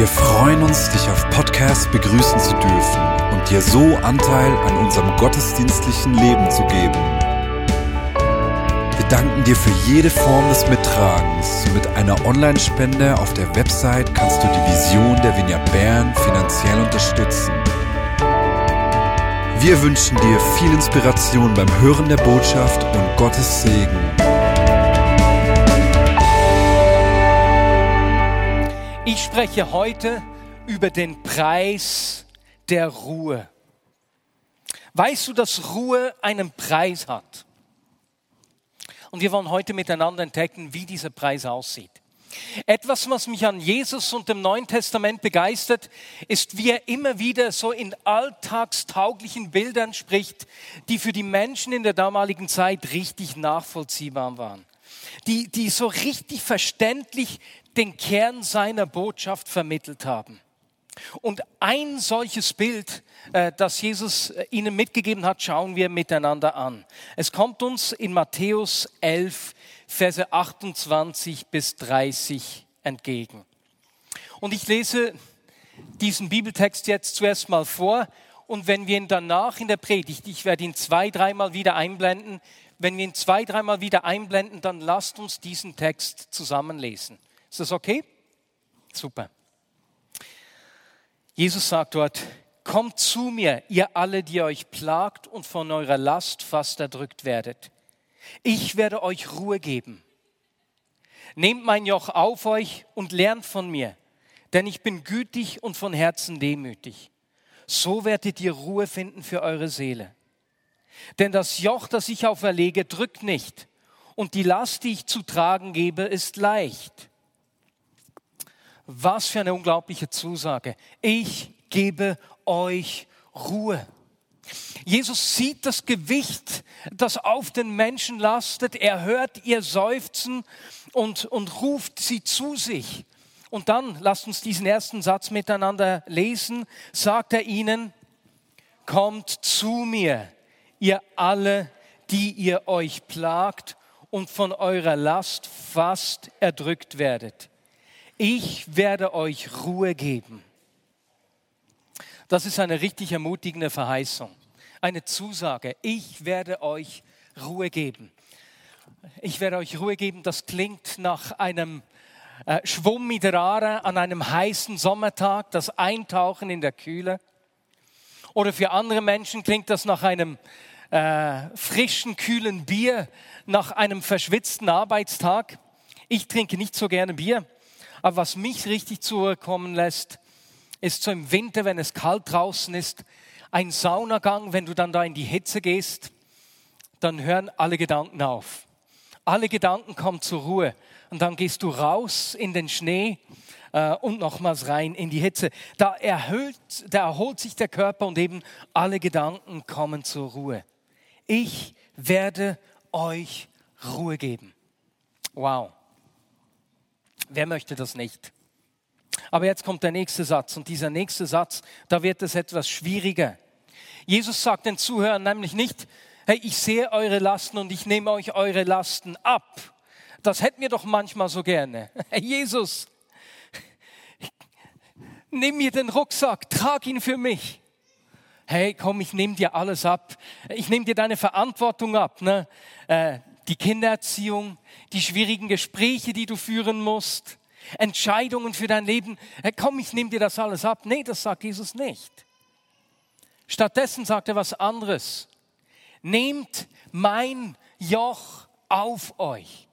Wir freuen uns, dich auf Podcast begrüßen zu dürfen und dir so Anteil an unserem gottesdienstlichen Leben zu geben. Wir danken dir für jede Form des Mittragens. Mit einer Online-Spende auf der Website kannst du die Vision der Vineyard Bern finanziell unterstützen. Wir wünschen dir viel Inspiration beim Hören der Botschaft und Gottes Segen. Ich spreche heute über den Preis der Ruhe. Weißt du, dass Ruhe einen Preis hat? Und wir wollen heute miteinander entdecken, wie dieser Preis aussieht. Etwas, was mich an Jesus und dem Neuen Testament begeistert, ist, wie er immer wieder so in alltagstauglichen Bildern spricht, die für die Menschen in der damaligen Zeit richtig nachvollziehbar waren. Die so richtig verständlich den Kern seiner Botschaft vermittelt haben. Und ein solches Bild, das Jesus ihnen mitgegeben hat, schauen wir miteinander an. Es kommt uns in Matthäus 11, Verse 28 bis 30 entgegen. Und ich lese diesen Bibeltext jetzt zuerst mal vor und wenn wir ihn danach in der Predigt, ich werde ihn 2-3 Mal wieder einblenden, wenn wir ihn 2-3 Mal wieder einblenden, dann lasst uns diesen Text zusammenlesen. Ist das okay? Super. Jesus sagt dort, kommt zu mir, ihr alle, die euch plagt und von eurer Last fast erdrückt werdet. Ich werde euch Ruhe geben. Nehmt mein Joch auf euch und lernt von mir, denn ich bin gütig und von Herzen demütig. So werdet ihr Ruhe finden für eure Seele. Denn das Joch, das ich auferlege, drückt nicht und die Last, die ich zu tragen gebe, ist leicht. Was für eine unglaubliche Zusage. Ich gebe euch Ruhe. Jesus sieht das Gewicht, das auf den Menschen lastet. Er hört ihr Seufzen und ruft sie zu sich. Und dann, lasst uns diesen ersten Satz miteinander lesen, sagt er ihnen, kommt zu mir, ihr alle, die ihr euch plagt und von eurer Last fast erdrückt werdet. Ich werde euch Ruhe geben. Das ist eine richtig ermutigende Verheißung, eine Zusage. Ich werde euch Ruhe geben. Ich werde euch Ruhe geben, das klingt nach einem Schwumm mit der Aare an einem heißen Sommertag, das Eintauchen in der Kühle. Oder für andere Menschen klingt das nach einem frischen, kühlen Bier, nach einem verschwitzten Arbeitstag. Ich trinke nicht so gerne Bier. Aber was mich richtig zur Ruhe kommen lässt, ist so im Winter, wenn es kalt draußen ist, ein Saunagang, wenn du dann da in die Hitze gehst, dann hören alle Gedanken auf. Alle Gedanken kommen zur Ruhe und dann gehst du raus in den Schnee und nochmals rein in die Hitze. Da erholt sich der Körper und eben alle Gedanken kommen zur Ruhe. Ich werde euch Ruhe geben. Wow. Wer möchte das nicht? Aber jetzt kommt der nächste Satz und dieser nächste Satz, da wird es etwas schwieriger. Jesus sagt den Zuhörern nämlich nicht, hey, ich sehe eure Lasten und ich nehme euch eure Lasten ab. Das hätten wir doch manchmal so gerne. Hey, Jesus, nimm mir den Rucksack, trag ihn für mich. Hey, komm, ich nehme dir alles ab. Ich nehme dir deine Verantwortung ab, ne? Die Kindererziehung, die schwierigen Gespräche, die du führen musst, Entscheidungen für dein Leben. Hey, komm, ich nehme dir das alles ab. Nee, das sagt Jesus nicht. Stattdessen sagt er was anderes. Nehmt mein Joch auf euch.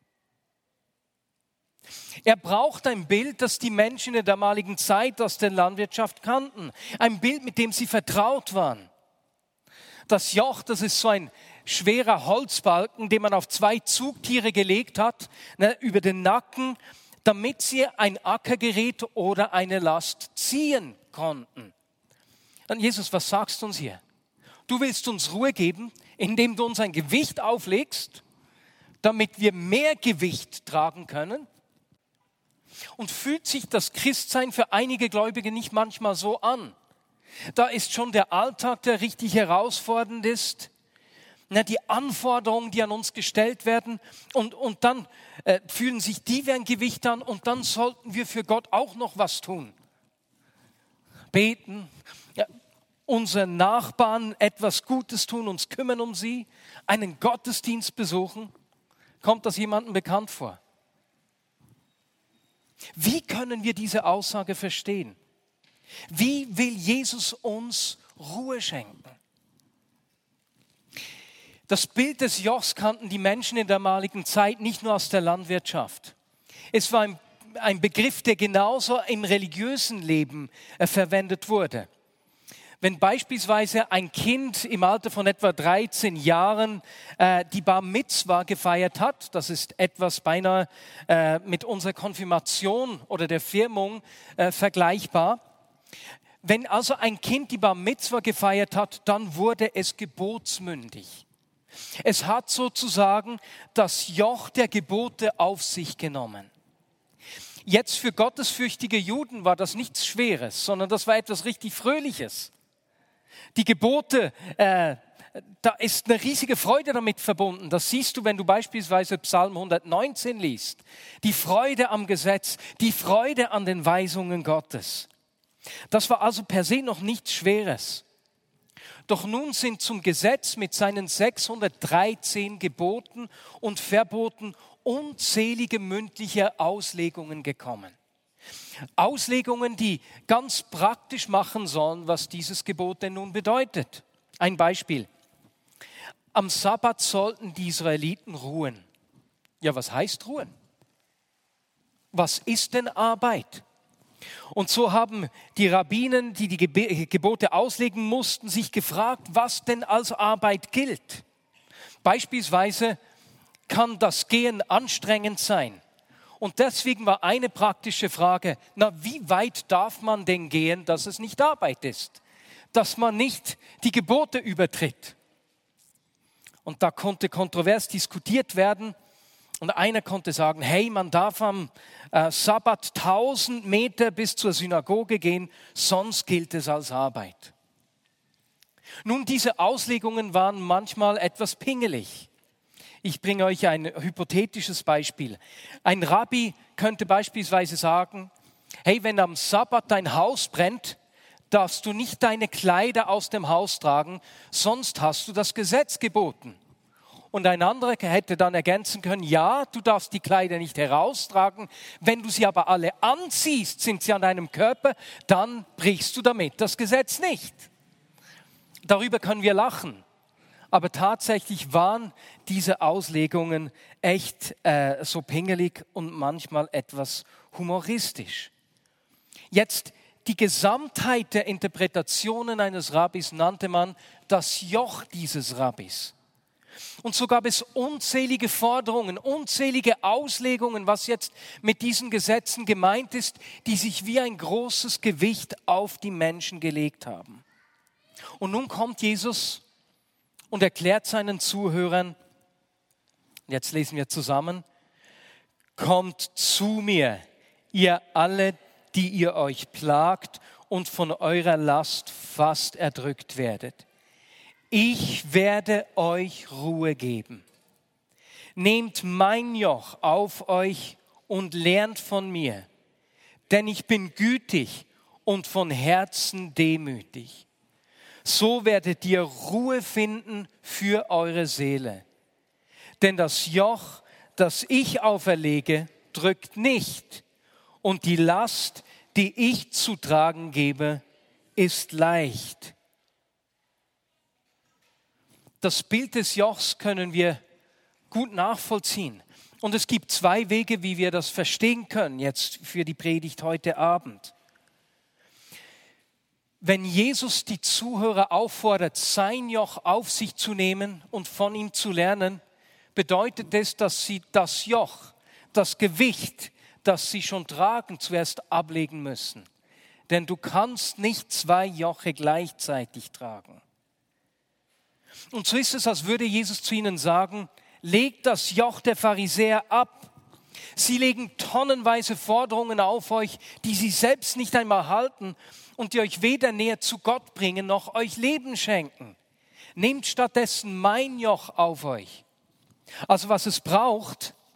Er braucht ein Bild, das die Menschen in der damaligen Zeit aus der Landwirtschaft kannten. Ein Bild, mit dem sie vertraut waren. Das Joch, das ist so ein schwerer Holzbalken, den man auf 2 Zugtiere gelegt hat, über den Nacken, damit sie ein Ackergerät oder eine Last ziehen konnten. Und Jesus, was sagst du uns hier? Du willst uns Ruhe geben, indem du uns ein Gewicht auflegst, damit wir mehr Gewicht tragen können? Und fühlt sich das Christsein für einige Gläubige nicht manchmal so an? Da ist schon der Alltag, der richtig herausfordernd ist. Die Anforderungen, die an uns gestellt werden und dann fühlen sich die wie ein Gewicht an und dann sollten wir für Gott auch noch was tun. beten, ja, unseren Nachbarn etwas Gutes tun, uns kümmern um sie, einen Gottesdienst besuchen? Kommt das jemandem bekannt vor? Wie können wir diese Aussage verstehen? Wie will Jesus uns Ruhe schenken? Das Bild des Jochs kannten die Menschen in der damaligen Zeit nicht nur aus der Landwirtschaft. Es war ein Begriff, der genauso im religiösen Leben verwendet wurde. Wenn beispielsweise ein Kind im Alter von etwa 13 Jahren die Bar Mitzwa gefeiert hat, das ist etwas beinahe mit unserer Konfirmation oder der Firmung vergleichbar. Wenn also ein Kind die Bar Mitzwa gefeiert hat, dann wurde es gebotsmündig. Es hat sozusagen das Joch der Gebote auf sich genommen. Jetzt für gottesfürchtige Juden war das nichts Schweres, sondern das war etwas richtig Fröhliches. Die Gebote, da ist eine riesige Freude damit verbunden. Das siehst du, wenn du beispielsweise Psalm 119 liest. Die Freude am Gesetz, die Freude an den Weisungen Gottes. Das war also per se noch nichts Schweres. Doch nun sind zum Gesetz mit seinen 613 Geboten und Verboten unzählige mündliche Auslegungen gekommen. Auslegungen, die ganz praktisch machen sollen, was dieses Gebot denn nun bedeutet. Ein Beispiel. Am Sabbat sollten die Israeliten ruhen. Ja, was heißt ruhen? Was ist denn Arbeit? Und so haben die Rabbinen, die die Gebote auslegen mussten, sich gefragt, was denn als Arbeit gilt. Beispielsweise kann das Gehen anstrengend sein. Und deswegen war eine praktische Frage, wie weit darf man denn gehen, dass es nicht Arbeit ist? Dass man nicht die Gebote übertritt. Und da konnte kontrovers diskutiert werden. Und einer konnte sagen, hey, man darf am Sabbat 1000 Meter bis zur Synagoge gehen, sonst gilt es als Arbeit. Nun, diese Auslegungen waren manchmal etwas pingelig. Ich bringe euch ein hypothetisches Beispiel. Ein Rabbi könnte beispielsweise sagen, hey, wenn am Sabbat dein Haus brennt, darfst du nicht deine Kleider aus dem Haus tragen, sonst hast du das Gesetz geboten. Und ein anderer hätte dann ergänzen können, ja, du darfst die Kleider nicht heraustragen, wenn du sie aber alle anziehst, sind sie an deinem Körper, dann brichst du damit das Gesetz nicht. Darüber können wir lachen, aber tatsächlich waren diese Auslegungen echt so pingelig und manchmal etwas humoristisch. Jetzt die Gesamtheit der Interpretationen eines Rabbis nannte man das Joch dieses Rabbis. Und so gab es unzählige Forderungen, unzählige Auslegungen, was jetzt mit diesen Gesetzen gemeint ist, die sich wie ein großes Gewicht auf die Menschen gelegt haben. Und nun kommt Jesus und erklärt seinen Zuhörern, jetzt lesen wir zusammen, kommt zu mir, ihr alle, die ihr euch plagt und von eurer Last fast erdrückt werdet. Ich werde euch Ruhe geben. Nehmt mein Joch auf euch und lernt von mir, denn ich bin gütig und von Herzen demütig. So werdet ihr Ruhe finden für eure Seele. Denn das Joch, das ich auferlege, drückt nicht, und die Last, die ich zu tragen gebe, ist leicht. Das Bild des Jochs können wir gut nachvollziehen. Und es gibt zwei Wege, wie wir das verstehen können, jetzt für die Predigt heute Abend. Wenn Jesus die Zuhörer auffordert, sein Joch auf sich zu nehmen und von ihm zu lernen, bedeutet es, dass sie das Joch, das Gewicht, das sie schon tragen, zuerst ablegen müssen. Denn du kannst nicht zwei Joche gleichzeitig tragen. Und so ist es, als würde Jesus zu ihnen sagen, legt das Joch der Pharisäer ab. Sie legen tonnenweise Forderungen auf euch, die sie selbst nicht einmal halten und die euch weder näher zu Gott bringen, noch euch Leben schenken. Nehmt stattdessen mein Joch auf euch. Also was es braucht,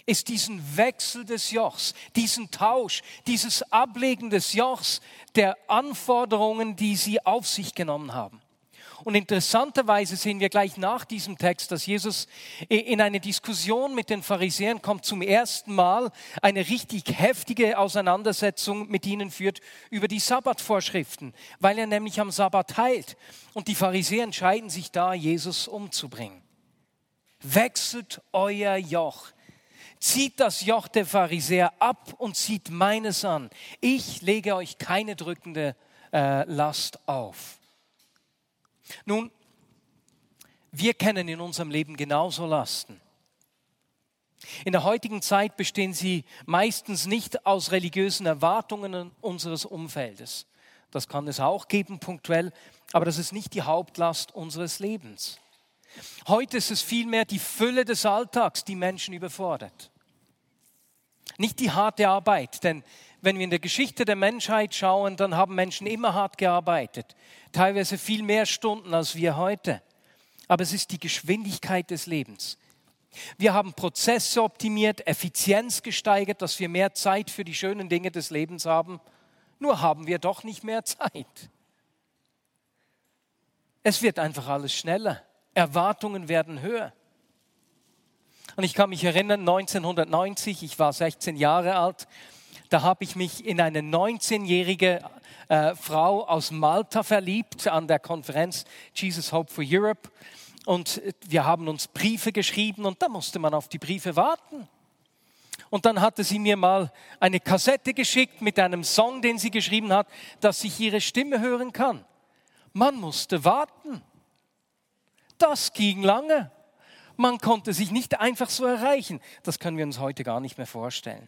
ist diesen Wechsel des Jochs, diesen Tausch, dieses Ablegen des Jochs der Anforderungen, die sie auf sich genommen haben. Und interessanterweise sehen wir gleich nach diesem Text, dass Jesus in eine Diskussion mit den Pharisäern kommt, zum ersten Mal eine richtig heftige Auseinandersetzung mit ihnen führt über die Sabbatvorschriften, weil er nämlich am Sabbat heilt. Und die Pharisäer entscheiden sich da, Jesus umzubringen. Wechselt euer Joch. Zieht das Joch der Pharisäer ab und zieht meines an. Ich lege euch keine drückende Last auf. Nun, wir kennen in unserem Leben genauso Lasten. In der heutigen Zeit bestehen sie meistens nicht aus religiösen Erwartungen unseres Umfeldes. Das kann es auch geben, punktuell, aber das ist nicht die Hauptlast unseres Lebens. Heute ist es vielmehr die Fülle des Alltags, die Menschen überfordert. Nicht die harte Arbeit, denn wenn wir in der Geschichte der Menschheit schauen, dann haben Menschen immer hart gearbeitet, teilweise viel mehr Stunden als wir heute. Aber es ist die Geschwindigkeit des Lebens. Wir haben Prozesse optimiert, Effizienz gesteigert, dass wir mehr Zeit für die schönen Dinge des Lebens haben. Nur haben wir doch nicht mehr Zeit. Es wird einfach alles schneller. Erwartungen werden höher. Und ich kann mich erinnern, 1990, ich war 16 Jahre alt, da habe ich mich in eine 19-jährige Frau aus Malta verliebt an der Konferenz Jesus Hope for Europe. Und wir haben uns Briefe geschrieben und da musste man auf die Briefe warten. Und dann hatte sie mir mal eine Kassette geschickt mit einem Song, den sie geschrieben hat, dass ich ihre Stimme hören kann. Man musste warten. Das ging lange. Man konnte sich nicht einfach so erreichen. Das können wir uns heute gar nicht mehr vorstellen.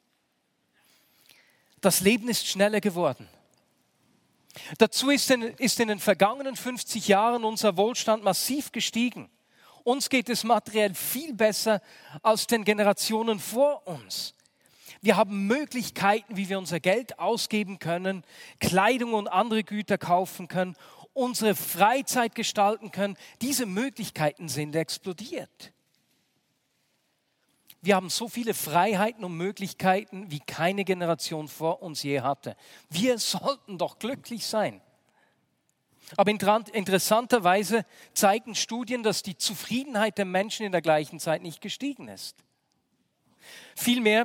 Das Leben ist schneller geworden. Dazu ist in den vergangenen 50 Jahren unser Wohlstand massiv gestiegen. Uns geht es materiell viel besser als den Generationen vor uns. Wir haben Möglichkeiten, wie wir unser Geld ausgeben können, Kleidung und andere Güter kaufen können, unsere Freizeit gestalten können. Diese Möglichkeiten sind explodiert. Wir haben so viele Freiheiten und Möglichkeiten, wie keine Generation vor uns je hatte. Wir sollten doch glücklich sein. Aber interessanterweise zeigen Studien, dass die Zufriedenheit der Menschen in der gleichen Zeit nicht gestiegen ist. Vielmehr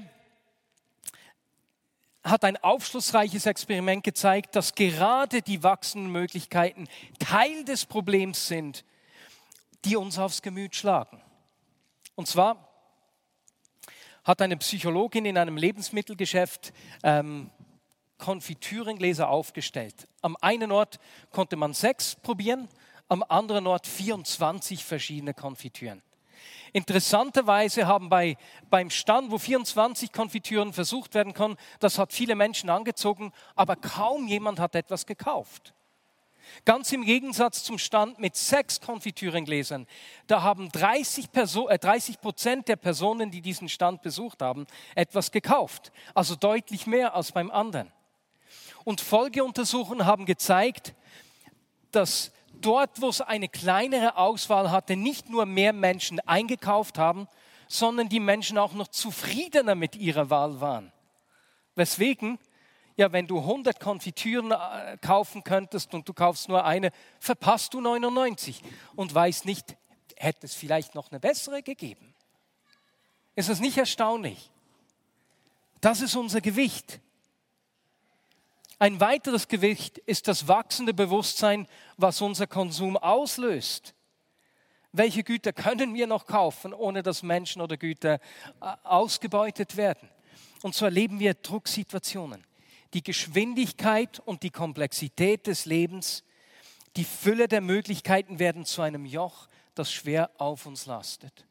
hat ein aufschlussreiches Experiment gezeigt, dass gerade die wachsenden Möglichkeiten Teil des Problems sind, die uns aufs Gemüt schlagen. Und zwar hat eine Psychologin in einem Lebensmittelgeschäft Konfitürengläser aufgestellt. Am einen Ort konnte man 6 probieren, am anderen Ort 24 verschiedene Konfitüren. Interessanterweise haben beim Stand, wo 24 Konfitüren versucht werden konnten, das hat viele Menschen angezogen, aber kaum jemand hat etwas gekauft. Ganz im Gegensatz zum Stand mit 6 Konfitürengläsern, da haben 30% der Personen, die diesen Stand besucht haben, etwas gekauft. Also deutlich mehr als beim anderen. Und Folgeuntersuchungen haben gezeigt, dass dort, wo es eine kleinere Auswahl hatte, nicht nur mehr Menschen eingekauft haben, sondern die Menschen auch noch zufriedener mit ihrer Wahl waren. Weswegen? Ja, wenn du 100 Konfitüren kaufen könntest und du kaufst nur eine, verpasst du 99 und weißt nicht, hätte es vielleicht noch eine bessere gegeben. Ist das nicht erstaunlich? Das ist unser Gewicht. Ein weiteres Gewicht ist das wachsende Bewusstsein, was unser Konsum auslöst. Welche Güter können wir noch kaufen, ohne dass Menschen oder Güter ausgebeutet werden? Und so erleben wir Drucksituationen. Die Geschwindigkeit und die Komplexität des Lebens, die Fülle der Möglichkeiten werden zu einem Joch, das schwer auf uns lastet.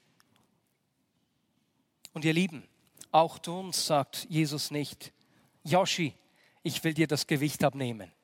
Und ihr Lieben, auch zu uns sagt Jesus nicht, Joshi, ich will dir das Gewicht abnehmen.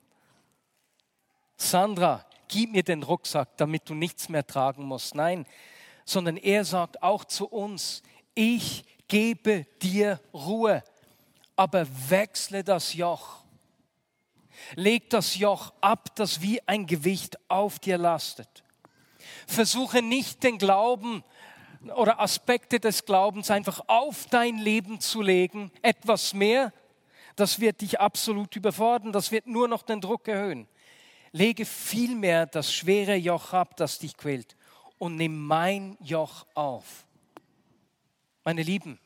Sandra, gib mir den Rucksack, damit du nichts mehr tragen musst. Nein, sondern er sagt auch zu uns, ich gebe dir Ruhe. Aber wechsle das Joch. Leg das Joch ab, das wie ein Gewicht auf dir lastet. Versuche nicht den Glauben oder Aspekte des Glaubens einfach auf dein Leben zu legen, etwas mehr, das wird dich absolut überfordern, das wird nur noch den Druck erhöhen. Lege vielmehr das schwere Joch ab, das dich quält, und nimm mein Joch auf. Meine Lieben,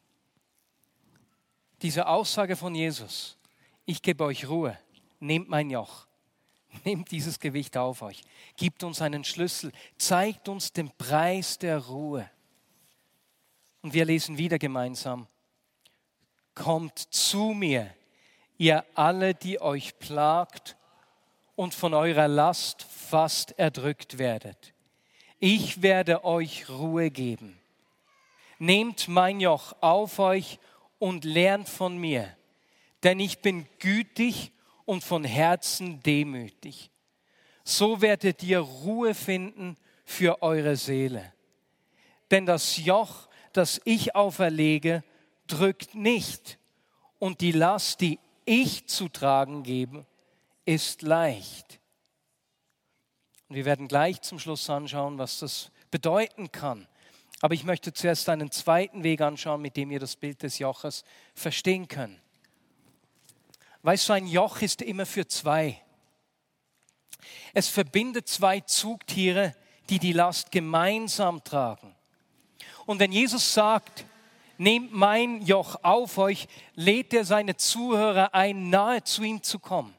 diese Aussage von Jesus, ich gebe euch Ruhe, nehmt mein Joch, nehmt dieses Gewicht auf euch, gibt uns einen Schlüssel, zeigt uns den Preis der Ruhe. Und wir lesen wieder gemeinsam, kommt zu mir, ihr alle, die euch plagt und von eurer Last fast erdrückt werdet. Ich werde euch Ruhe geben. Nehmt mein Joch auf euch und lernt von mir, denn ich bin gütig und von Herzen demütig. So werdet ihr Ruhe finden für eure Seele. Denn das Joch, das ich auferlege, drückt nicht, und die Last, die ich zu tragen gebe, ist leicht. Und wir werden gleich zum Schluss anschauen, was das bedeuten kann. Aber ich möchte zuerst einen zweiten Weg anschauen, mit dem wir das Bild des Joches verstehen können. Weißt du, ein Joch ist immer für zwei. Es verbindet zwei Zugtiere, die die Last gemeinsam tragen. Und wenn Jesus sagt, nehmt mein Joch auf euch, lädt er seine Zuhörer ein, nahe zu ihm zu kommen.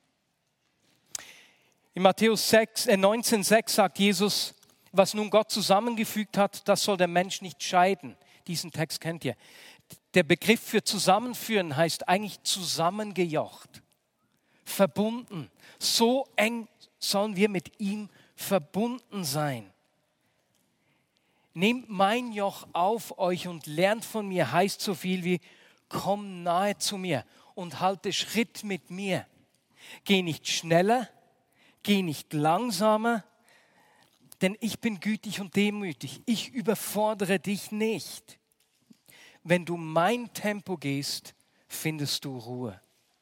In Matthäus 19,6 sagt Jesus, was nun Gott zusammengefügt hat, das soll der Mensch nicht scheiden. Diesen Text kennt ihr. Der Begriff für zusammenführen heißt eigentlich zusammengejocht, verbunden. So eng sollen wir mit ihm verbunden sein. Nehmt mein Joch auf euch und lernt von mir, heißt so viel wie, komm nahe zu mir und halte Schritt mit mir. Geh nicht schneller, geh nicht langsamer, denn ich bin gütig und demütig. Ich überfordere dich nicht. Wenn du mein Tempo gehst, findest du Ruhe.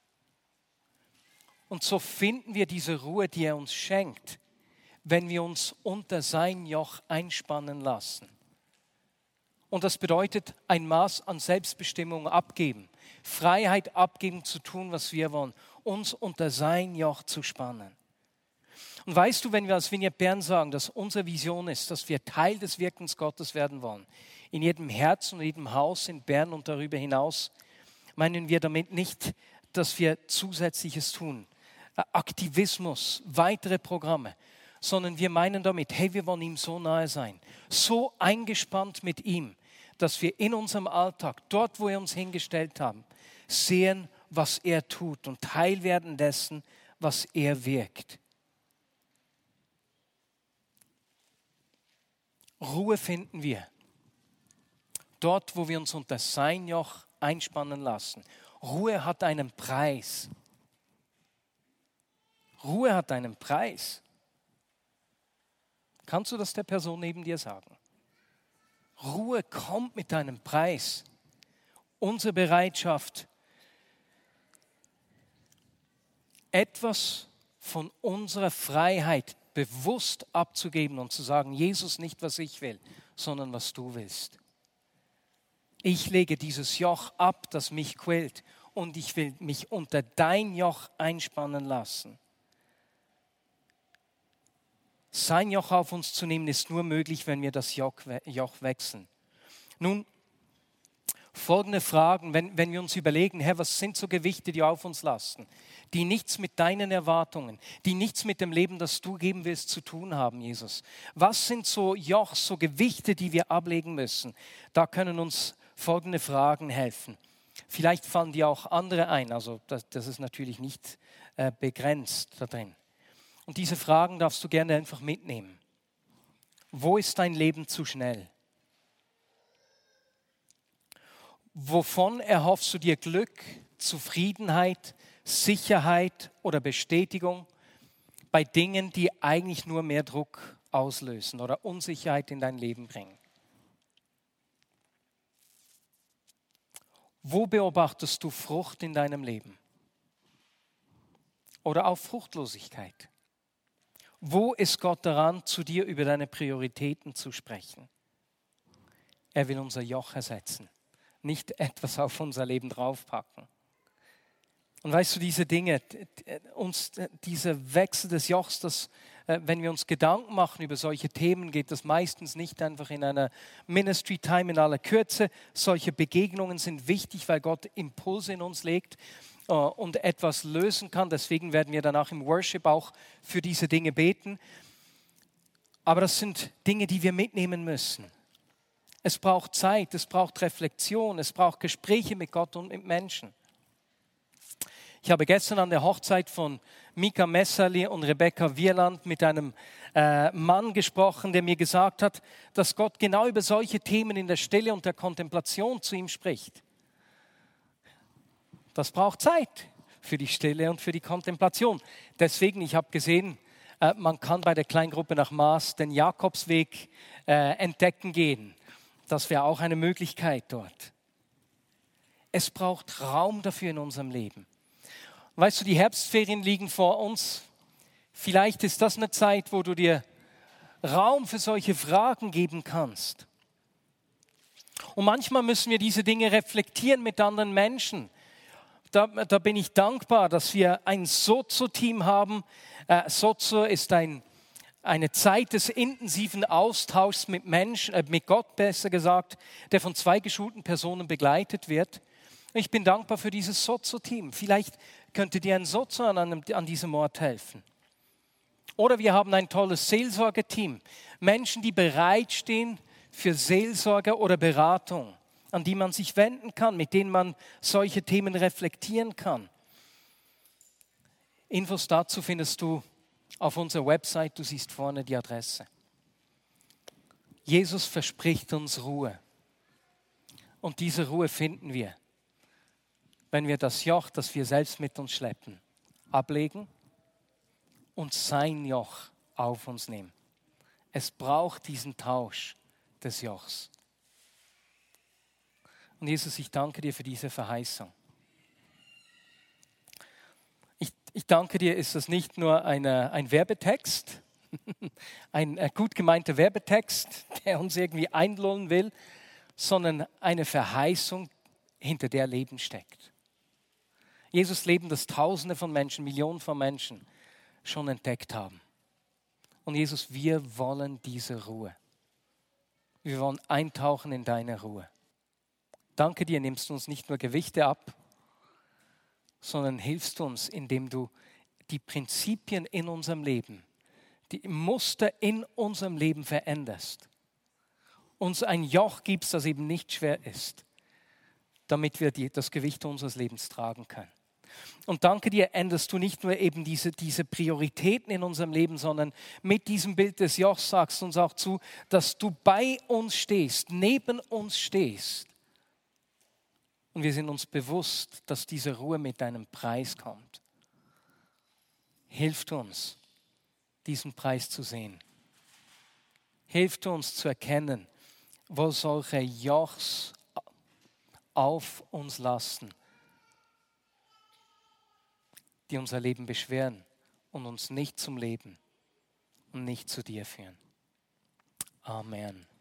Und so finden wir diese Ruhe, die er uns schenkt, wenn wir uns unter sein Joch einspannen lassen. Und das bedeutet ein Maß an Selbstbestimmung abgeben, Freiheit abgeben zu tun, was wir wollen, uns unter sein Joch zu spannen. Und weißt du, wenn wir als Vineyard Bern sagen, dass unsere Vision ist, dass wir Teil des Wirkens Gottes werden wollen, in jedem Herzen und jedem Haus in Bern und darüber hinaus, meinen wir damit nicht, dass wir Zusätzliches tun, Aktivismus, weitere Programme, sondern wir meinen damit, hey, wir wollen ihm so nahe sein, so eingespannt mit ihm, dass wir in unserem Alltag, dort, wo wir uns hingestellt haben, sehen, was er tut und Teil werden dessen, was er wirkt. Ruhe finden wir dort, wo wir uns unter sein Joch einspannen lassen. Ruhe hat einen Preis. Ruhe hat einen Preis. Kannst du das der Person neben dir sagen? Ruhe kommt mit einem Preis. Unsere Bereitschaft, etwas von unserer Freiheit bewusst abzugeben und zu sagen, Jesus, nicht was ich will, sondern was du willst. Ich lege dieses Joch ab, das mich quält, und ich will mich unter dein Joch einspannen lassen. Sein Joch auf uns zu nehmen, ist nur möglich, wenn wir das Joch wechseln. Nun, folgende Fragen, wenn wir uns überlegen, Herr, was sind so Gewichte, die auf uns lasten, die nichts mit deinen Erwartungen, die nichts mit dem Leben, das du geben willst, zu tun haben, Jesus. Was sind so Jochs, so Gewichte, die wir ablegen müssen? Da können uns folgende Fragen helfen. Vielleicht fallen dir auch andere ein, also das ist natürlich nicht begrenzt da drin. Und diese Fragen darfst du gerne einfach mitnehmen. Wo ist dein Leben zu schnell? Wovon erhoffst du dir Glück, Zufriedenheit, Sicherheit oder Bestätigung bei Dingen, die eigentlich nur mehr Druck auslösen oder Unsicherheit in dein Leben bringen? Wo beobachtest du Frucht in deinem Leben? Oder auch Fruchtlosigkeit? Wo ist Gott daran, zu dir über deine Prioritäten zu sprechen? Er will unser Joch ersetzen, nicht etwas auf unser Leben draufpacken. Und weißt du, diese Dinge, dieser Wechsel des Jochs, wenn wir uns Gedanken machen über solche Themen, geht das meistens nicht einfach in einer Ministry Time in aller Kürze. Solche Begegnungen sind wichtig, weil Gott Impulse in uns legt und etwas lösen kann. Deswegen werden wir danach im Worship auch für diese Dinge beten. Aber das sind Dinge, die wir mitnehmen müssen. Es braucht Zeit, es braucht Reflexion, es braucht Gespräche mit Gott und mit Menschen. Ich habe gestern an der Hochzeit von Mika Messerli und Rebecca Wierland mit einem Mann gesprochen, der mir gesagt hat, dass Gott genau über solche Themen in der Stille und der Kontemplation zu ihm spricht. Das braucht Zeit für die Stille und für die Kontemplation. Deswegen, ich habe gesehen, man kann bei der Kleingruppe nach Maß den Jakobsweg entdecken gehen. Das wäre auch eine Möglichkeit dort. Es braucht Raum dafür in unserem Leben. Weißt du, die Herbstferien liegen vor uns. Vielleicht ist das eine Zeit, wo du dir Raum für solche Fragen geben kannst. Und manchmal müssen wir diese Dinge reflektieren mit anderen Menschen. Da bin ich dankbar, dass wir ein Sozo-Team haben. Sozo ist eine Zeit des intensiven Austauschs mit Menschen, mit Gott besser gesagt, der von 2 geschulten Personen begleitet wird. Ich bin dankbar für dieses Sozo-Team. Vielleicht könnte dir ein Sozo an diesem Ort helfen. Oder wir haben ein tolles Seelsorgeteam. Menschen, die bereitstehen für Seelsorge oder Beratung, an die man sich wenden kann, mit denen man solche Themen reflektieren kann. Infos dazu findest du auf unserer Website. Du siehst vorne die Adresse. Jesus verspricht uns Ruhe. Und diese Ruhe finden wir, wenn wir das Joch, das wir selbst mit uns schleppen, ablegen und sein Joch auf uns nehmen. Es braucht diesen Tausch des Jochs. Und Jesus, ich danke dir für diese Verheißung. Ich danke dir, ist das nicht nur ein Werbetext, ein gut gemeinter Werbetext, der uns irgendwie einlullen will, sondern eine Verheißung, hinter der Leben steckt. Jesus, Leben, das Tausende von Menschen, Millionen von Menschen schon entdeckt haben. Und Jesus, wir wollen diese Ruhe. Wir wollen eintauchen in deine Ruhe. Danke dir, nimmst du uns nicht nur Gewichte ab, sondern hilfst uns, indem du die Prinzipien in unserem Leben, die Muster in unserem Leben veränderst. Uns ein Joch gibst, das eben nicht schwer ist, damit wir das Gewicht unseres Lebens tragen können. Und danke dir, änderst du nicht nur eben diese Prioritäten in unserem Leben, sondern mit diesem Bild des Jochs sagst du uns auch zu, dass du bei uns stehst, neben uns stehst. Und wir sind uns bewusst, dass diese Ruhe mit einem Preis kommt. Hilf uns, diesen Preis zu sehen. Hilf uns zu erkennen, wo solche Jochs auf uns lasten, die unser Leben beschweren und uns nicht zum Leben und nicht zu dir führen. Amen.